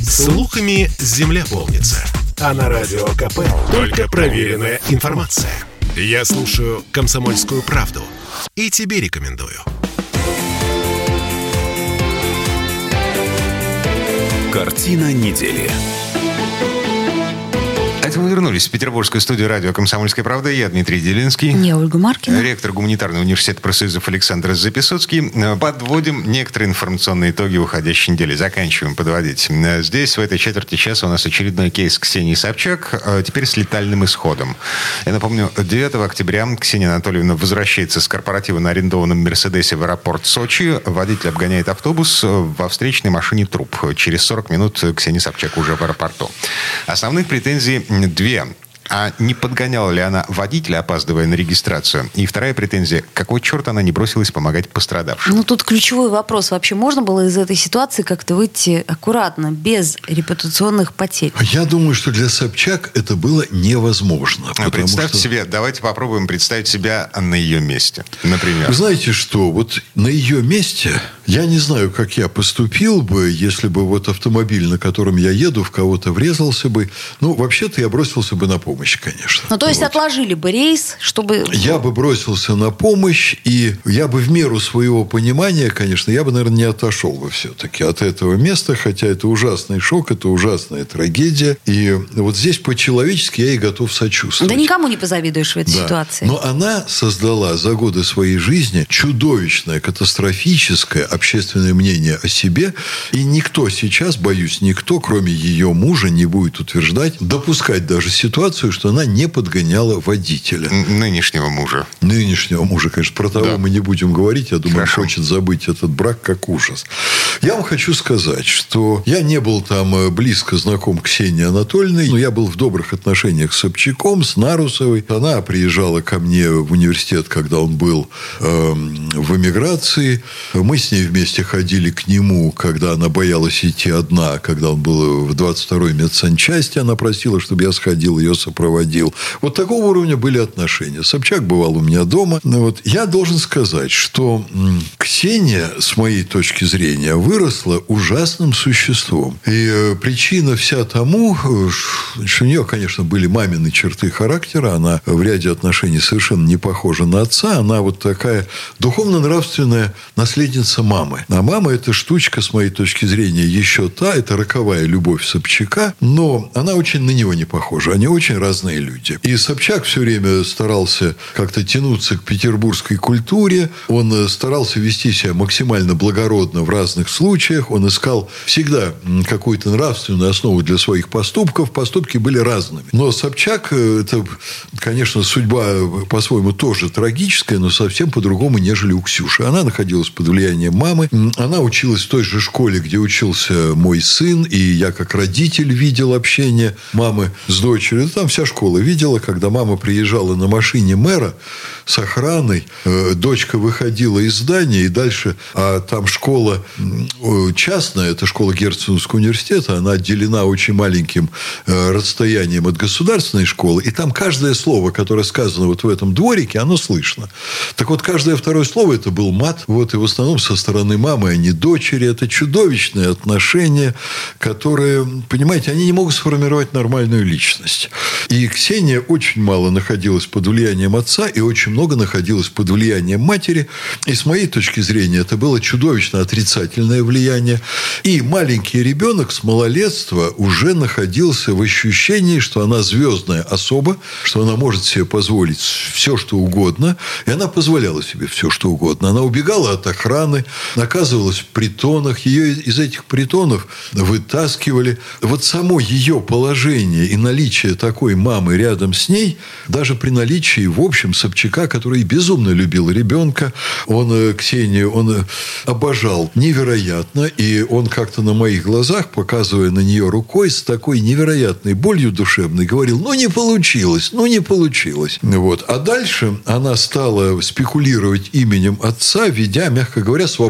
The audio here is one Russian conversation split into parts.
Слухами земля полнится. А на Радио КП только проверенная информация. Я слушаю «Комсомольскую правду» и тебе рекомендую. Картина недели. Это мы вернулись в петербургскую студию радио «Комсомольская правда». Я Дмитрий Делинский. Я Ольга Маркина. Ректор гуманитарного университета профсоюзов Александр Записоцкий. Подводим некоторые информационные итоги уходящей недели. Заканчиваем подводить. Здесь, в этой четверти часа, у нас очередной кейс Ксении Собчак. Теперь с летальным исходом. Я напомню, 9 октября Ксения Анатольевна возвращается с корпоратива на арендованном «Мерседесе» в аэропорт Сочи. Водитель обгоняет автобус, во встречной машине труп. Через 40 минут Ксения Собчак уже в аэропорту. Основных претензий две. А не подгоняла ли она водителя, опаздывая на регистрацию? И вторая претензия. Какой черт она не бросилась помогать пострадавшим? Ну, тут ключевой вопрос. Вообще можно было из этой ситуации как-то выйти аккуратно, без репутационных потерь? Я думаю, что для Собчак это было невозможно. Представьте себе, давайте попробуем представить себя на ее месте. Например. Вы знаете что? Вот на ее месте я не знаю, как я поступил бы, если бы вот автомобиль, на котором я еду, в кого-то врезался бы. Ну, вообще-то я бросился бы на помощь, конечно. Ну, то есть отложили бы рейс, чтобы... Я бы бросился на помощь, и я бы в меру своего понимания, конечно, я бы, наверное, не отошел бы все-таки от этого места, хотя это ужасный шок, это ужасная трагедия. И вот здесь по-человечески я и готов сочувствовать. Да никому не позавидуешь в этой ситуации. Но она создала за годы своей жизни чудовищное, катастрофическое общественное мнение о себе. И никто сейчас, боюсь, никто, кроме ее мужа, не будет утверждать, допускать даже ситуацию, что она не подгоняла водителя. Нынешнего мужа. Нынешнего мужа, конечно. Про того мы не будем говорить. Я думаю, он хочет забыть этот брак как ужас. Я вам хочу сказать, что я не был там близко знаком к Ксении Анатольевной, но я был в добрых отношениях с Собчаком, с Нарусовой. Она приезжала ко мне в университет, когда он был в эмиграции. Мы с ней вместе ходили к нему, когда она боялась идти одна, когда он был в 22-й медсанчасти. Она просила, чтобы я сходил, ее сопроводил. Вот такого уровня были отношения. Собчак бывал у меня дома. Вот. Я должен сказать, что Ксения, с моей точки зрения, выросла ужасным существом. И причина вся тому, что у нее, конечно, были мамины черты характера. Она в ряде отношений совершенно не похожа на отца. Она вот такая духовно-нравственная наследница мамы. А мама – это штучка, с моей точки зрения, еще та. Это роковая любовь Собчака. Но она очень на него не похожа. Они очень разные люди. И Собчак все время старался как-то тянуться к петербургской культуре. Он старался вести себя максимально благородно в разных случаях. Он искал всегда какую-то нравственную основу для своих поступков. Поступки были разными. Но Собчак – это, конечно, судьба по-своему тоже трагическая, но совсем по-другому, нежели у Ксюши. Она находилась под влиянием мамы. Она училась в той же школе, где учился мой сын. И я, как родитель, видел общение мамы с дочерью. Там вся школа видела, когда мама приезжала на машине мэра с охраной. Дочка выходила из здания, и дальше... А там школа частная, это школа Герценовского университета. Она отделена очень маленьким расстоянием от государственной школы. И там каждое слово, которое сказано вот в этом дворике, оно слышно. Так вот, каждое второе слово – это был мат. Вот, и в основном со стороны мамы, а не дочери. Это чудовищные отношения, которые, понимаете, они не могут сформировать нормальную личность. И Ксения очень мало находилась под влиянием отца и очень много находилась под влиянием матери. И с моей точки зрения это было чудовищно отрицательное влияние. И маленький ребенок с малолетства уже находился в ощущении, что она звездная особа, что она может себе позволить все, что угодно. И она позволяла себе все, что угодно. Она убегала от охраны, оказывалась в притонах. Ее из этих притонов вытаскивали. Вот само ее положение и наличие такой мамы рядом с ней, даже при наличии, в общем, Собчака, который безумно любил ребенка, он Ксению, он обожал невероятно, и он как-то на моих глазах, показывая на нее рукой, с такой невероятной болью душевной, говорил: ну, не получилось, ну, не получилось. Вот. А дальше она стала спекулировать именем отца, ведя, мягко говоря, свободную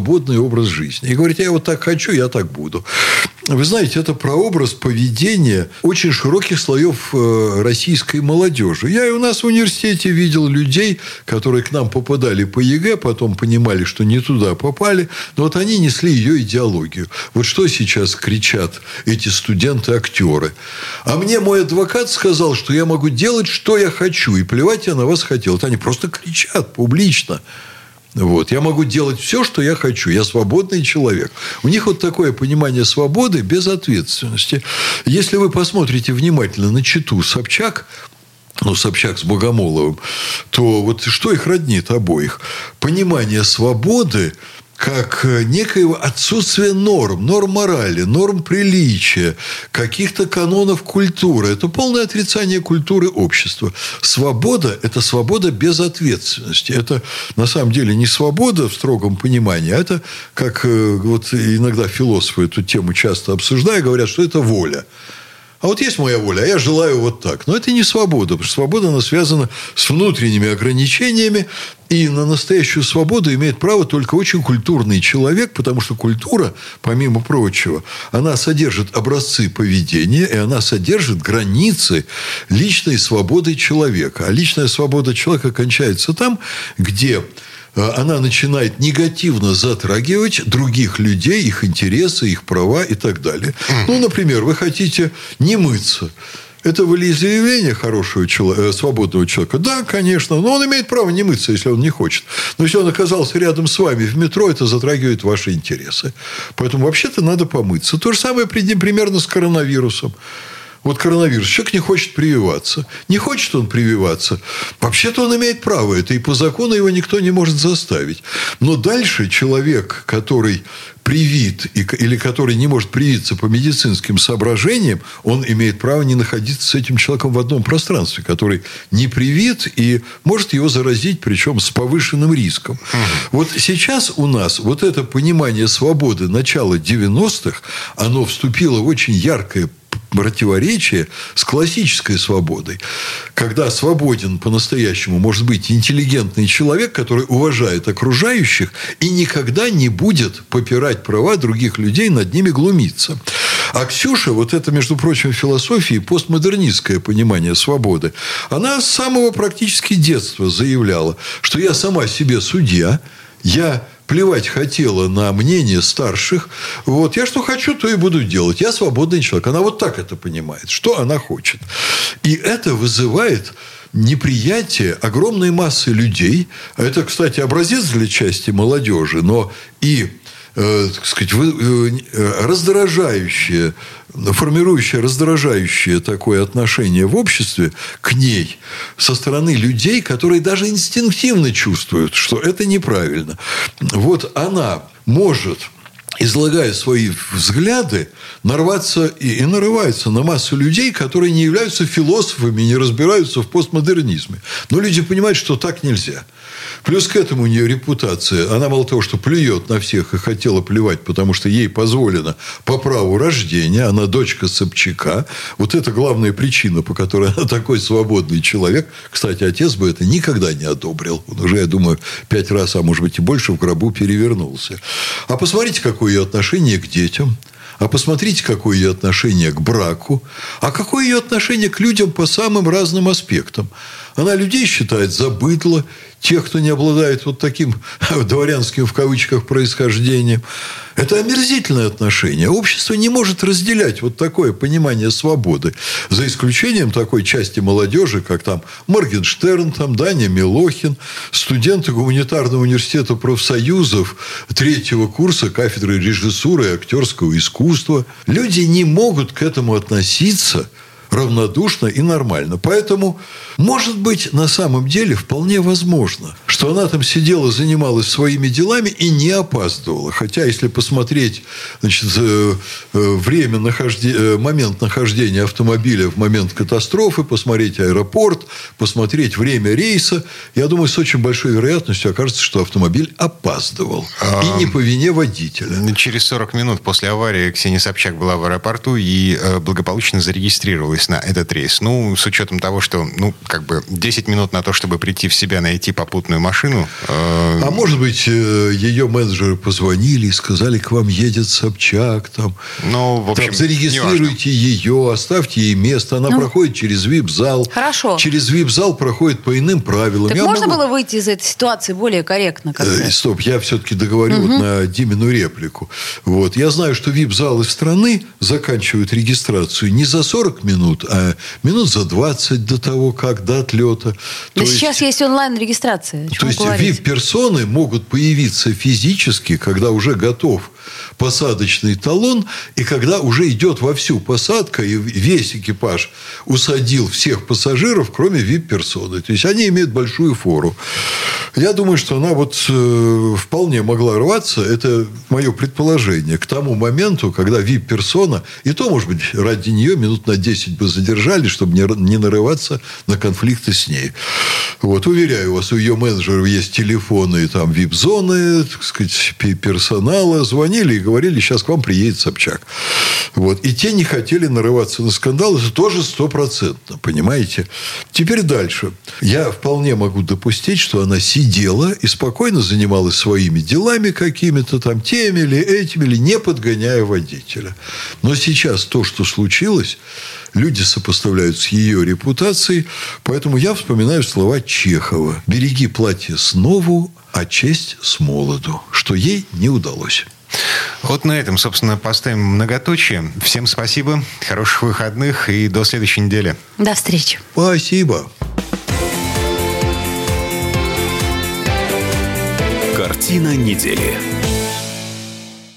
свободный образ жизни. И говорит, я вот так хочу, я так буду. Вы знаете, это прообраз поведения очень широких слоев российской молодежи. Я и у нас в университете видел людей, которые к нам попадали по ЕГЭ, потом понимали, что не туда попали, но вот они несли ее идеологию. Вот что сейчас кричат эти студенты-актеры. А мне мой адвокат сказал, что я могу делать, что я хочу, и плевать я на вас хотел. Вот они просто кричат публично. Вот. Я могу делать все, что я хочу. Я свободный человек. У них вот такое понимание свободы без ответственности. Если вы посмотрите внимательно на читу Собчак, Собчак с Богомоловым, то вот что их роднит обоих? Понимание свободы как некоего отсутствия норм морали, норм приличия, каких-то канонов культуры. Это полное отрицание культуры общества. Свобода – это свобода без ответственности. Это, на самом деле, не свобода в строгом понимании, а это, как вот иногда философы эту тему часто обсуждая, говорят, что это воля. А вот есть моя воля, а я желаю вот так. Но это не свобода, потому что свобода, она связана с внутренними ограничениями, и на настоящую свободу имеет право только очень культурный человек, потому что культура, помимо прочего, она содержит образцы поведения, и она содержит границы личной свободы человека. А личная свобода человека кончается там, где она начинает негативно затрагивать других людей, их интересы, их права и так далее. Например, вы хотите не мыться. Это волеизъявление хорошего человека, свободного человека? Да, конечно. Но он имеет право не мыться, если он не хочет. Но если он оказался рядом с вами в метро, это затрагивает ваши интересы. Поэтому вообще-то надо помыться. То же самое примерно с коронавирусом. Вот коронавирус. Человек не хочет прививаться. Не хочет он прививаться. Вообще-то он имеет право. Это и по закону его никто не может заставить. Но дальше человек, который привит или который не может привиться по медицинским соображениям, он имеет право не находиться с этим человеком в одном пространстве, который не привит и может его заразить, причем с повышенным риском. Вот сейчас у нас вот это понимание свободы начала 90-х, оно вступило в очень яркое противоречие с классической свободой. Когда свободен по-настоящему может быть интеллигентный человек, который уважает окружающих и никогда не будет попирать права других людей, над ними глумиться. А Ксюша, вот это, между прочим, философия и постмодернистское понимание свободы, она с самого практически детства заявляла, что я сама себе судья, я плевать хотела на мнение старших. Вот. Я что хочу, то и буду делать. Я свободный человек. Она вот так это понимает, что она хочет. И это вызывает неприятие огромной массы людей. Это, кстати, образец для части молодежи, но и так сказать, раздражающее, формирующее раздражающее такое отношение в обществе к ней со стороны людей, которые даже инстинктивно чувствуют, что это неправильно. Вот она может, излагая свои взгляды, нарваться и нарывается на массу людей, которые не являются философами, не разбираются в постмодернизме. Но люди понимают, что так нельзя. Плюс к этому у нее репутация. Она мало того, что плюет на всех и хотела плевать, потому что ей позволено по праву рождения. Она дочка Собчака. Вот это главная причина, по которой она такой свободный человек. Кстати, отец бы это никогда не одобрил. Он уже, я думаю, 5 раз, а может быть и больше в гробу перевернулся. А посмотрите, какое ее отношение к детям. А посмотрите, какое ее отношение к браку. А какое ее отношение к людям по самым разным аспектам. Она людей считает за быдло, тех, кто не обладает вот таким дворянским, в кавычках, происхождением. Это омерзительное отношение. Общество не может разделять вот такое понимание свободы. За исключением такой части молодежи, как там Моргенштерн, там Даня Милохин, студенты гуманитарного университета профсоюзов 3-го курса кафедры режиссуры и актерского искусства. Люди не могут к этому относиться равнодушно и нормально. Поэтому, может быть, на самом деле вполне возможно, что она там сидела, занималась своими делами и не опаздывала. Хотя, если посмотреть, значит, момент нахождения автомобиля в момент катастрофы, посмотреть аэропорт, посмотреть время рейса, я думаю, с очень большой вероятностью окажется, что автомобиль опаздывал. И не по вине водителя. Через 40 минут после аварии Ксения Собчак была в аэропорту и благополучно зарегистрировалась отправились на этот рейс. Ну, с учетом того, что, 10 минут на то, чтобы прийти в себя, найти попутную машину. А может быть, ее менеджеры позвонили и сказали, к вам едет Собчак, там, в общем, зарегистрируйте ее, оставьте ей место. Она проходит через вип-зал. Хорошо. Через вип-зал проходит по иным правилам. Так можно было выйти из этой ситуации более корректно? Стоп, я все-таки договорю на Димину реплику. Вот. Я знаю, что вип-залы страны заканчивают регистрацию не за 40 минут, а минут за 20 до того, как до отлета. Да сейчас есть онлайн-регистрация. То есть вип-персоны могут появиться физически, когда уже готов посадочный талон, и когда уже идет вовсю посадка, и весь экипаж усадил всех пассажиров, кроме вип-персоны. То есть они имеют большую фору. Я думаю, что она вполне могла рваться, это мое предположение, к тому моменту, когда вип-персона, и то, может быть, ради нее минут на 10 бы задержали, чтобы не нарываться на конфликты с ней. Вот, уверяю вас, у ее менеджеров есть телефоны, там, вип-зоны, так сказать, персонала, звонили и говорили, сейчас к вам приедет Собчак. Вот. И те не хотели нарываться на скандал, это тоже 100%, понимаете? Теперь дальше. Я вполне могу допустить, что она сидела и спокойно занималась своими делами какими-то там, теми или этими, или не подгоняя водителя. Но сейчас то, что случилось, люди сопоставляют с ее репутацией, поэтому я вспоминаю слова Чехова. «Береги платье с нову, а честь с молоду», что ей не удалось. Вот на этом, собственно, поставим многоточие. Всем спасибо, хороших выходных и до следующей недели. До встречи. Спасибо. Картина недели.